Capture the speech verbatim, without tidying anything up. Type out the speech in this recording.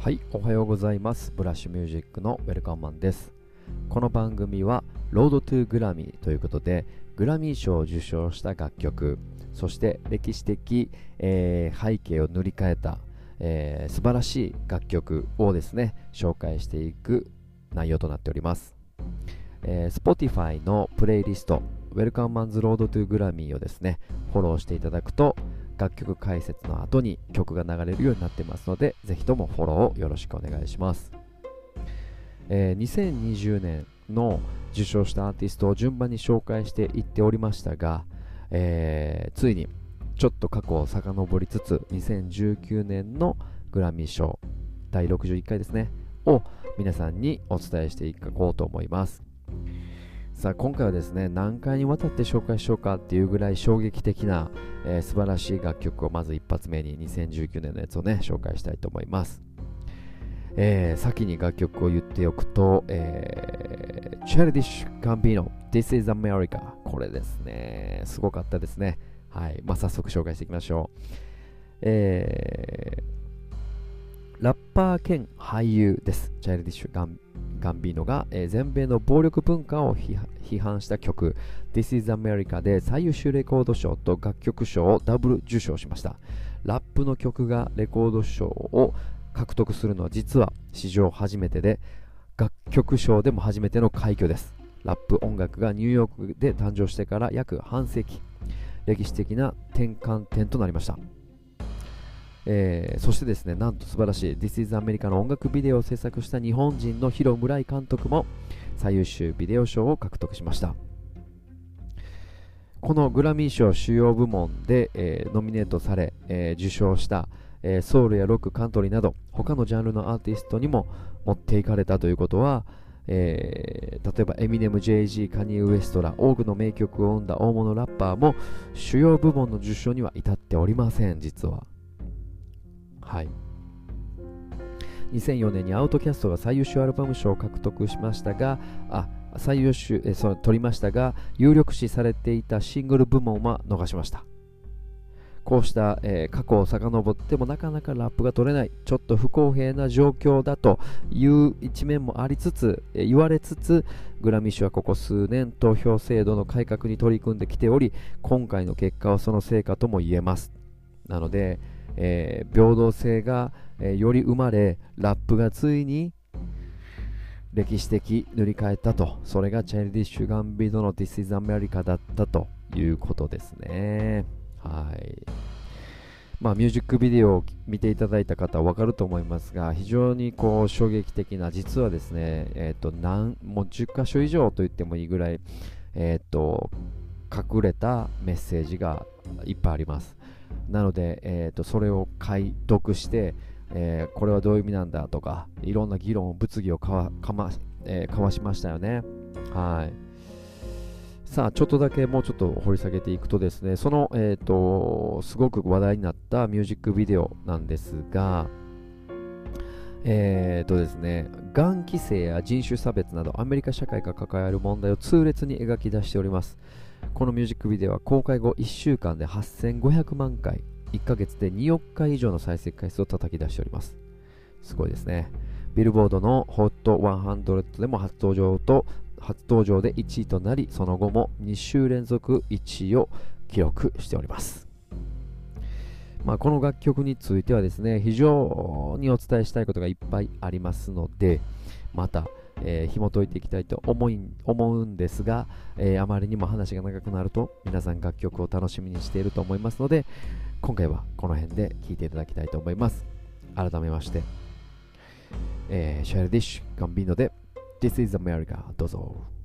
はい、おはようございます。ブラッシュミュージックのウェルカムマンです。この番組はロードトゥグラミーということで、グラミー賞を受賞した楽曲、そして歴史的、えー背景を塗り替えた、えー素晴らしい楽曲をですね紹介していく内容となっております。えー Spotify のプレイリストウェルカムマンズロードトゥグラミーをですねフォローしていただくと、楽曲解説の後に曲が流れるようになってますので、ぜひともフォローをよろしくお願いします。えーにせんにじゅうねんの受賞したアーティストを順番に紹介していっておりましたが、えーついにちょっと過去を遡りつつ、にせんじゅうきゅうねんのグラミー賞だいろくじゅういっかいですねを皆さんにお伝えしていこうと思います。さあ今回はですね、何回にわたって紹介しようかっていうぐらい衝撃的な、えー素晴らしい楽曲をまず一発目ににせんじゅうきゅうねんのやつをね紹介したいと思います。えー先に楽曲を言っておくと、えー、チェルディッシュ・ガンビーノ This is America、 これですね、すごかったですね。はい、まあ、早速紹介していきましょう。えーラッパー兼俳優です。チャイルディッシュ・ガンガンビーノが、えー全米の暴力文化を批判批判した曲 This is America で最優秀レコード賞と楽曲賞をダブル受賞しました。ラップの曲がレコード賞を獲得するのは実は史上初めてで、楽曲賞でも初めての快挙です。ラップ音楽がニューヨークで誕生してから約半世紀、歴史的な転換点となりました。えーそしてですね、なんと素晴らしい This is America の音楽ビデオを制作した日本人の広村井監督も最優秀ビデオ賞を獲得しました。このグラミー賞主要部門で、えーノミネートされ、えー受賞した、えーソウルやロック、カントリーなど他のジャンルのアーティストにも持っていかれたということは、えー例えばエミネム、ジェイジー、カニエ・ウエストら多くの名曲を生んだ大物ラッパーも主要部門の受賞には至っておりません、実は。はい、にせんよねんにアウトキャストが最優秀アルバム賞を獲得しましたが、あ最優秀えその取りましたが、有力視されていたシングル部門は逃しました。こうした、えー過去を遡ってもなかなかラップが取れない、ちょっと不公平な状況だという一面もありつつ、えー言われつつ、グラミー賞はここ数年投票制度の改革に取り組んできており、今回の結果はその成果とも言えます。なので、えー平等性が、えーより生まれ、ラップがついに歴史的塗り替えたと、それがチャイルディッシュ・ガンビーノの This is America だったということですね。はい、まあ、ミュージックビデオを見ていただいた方は分かると思いますが、非常にこう衝撃的な、実はですね、えー、と何もうじゅっかしょ以上と言ってもいいぐらい、えー、と隠れたメッセージがいっぱいあります。なので、えー、とそれを解読して、えーこれはどういう意味なんだとか、いろんな議論、物議をかわかま、えー交わしましたよね。はい。さあ、ちょっとだけもうちょっと掘り下げていくとですね、その、えー、とすごく話題になったミュージックビデオなんですが、えーとですね、がん規制や人種差別などアメリカ社会が抱える問題を痛烈に描き出しております。このミュージックビデオは公開後いっしゅうかんではっせんごひゃくまんかい、いっかげつでにおくかい以上の再生回数を叩き出しております。すごいですね。ビルボードの ホットひゃく でも初登場と初登場でいちいとなり、その後もにしゅう連続いちいを記録しております。まあ、この楽曲についてはですね、非常にお伝えしたいことがいっぱいありますので、また、えー紐解いていきたいと思い思うんですが、えーあまりにも話が長くなると皆さん楽曲を楽しみにしていると思いますので、今回はこの辺で聴いていただきたいと思います。改めまして、えーシャイルディッシュ・ガンビーノで This is America、どうぞ。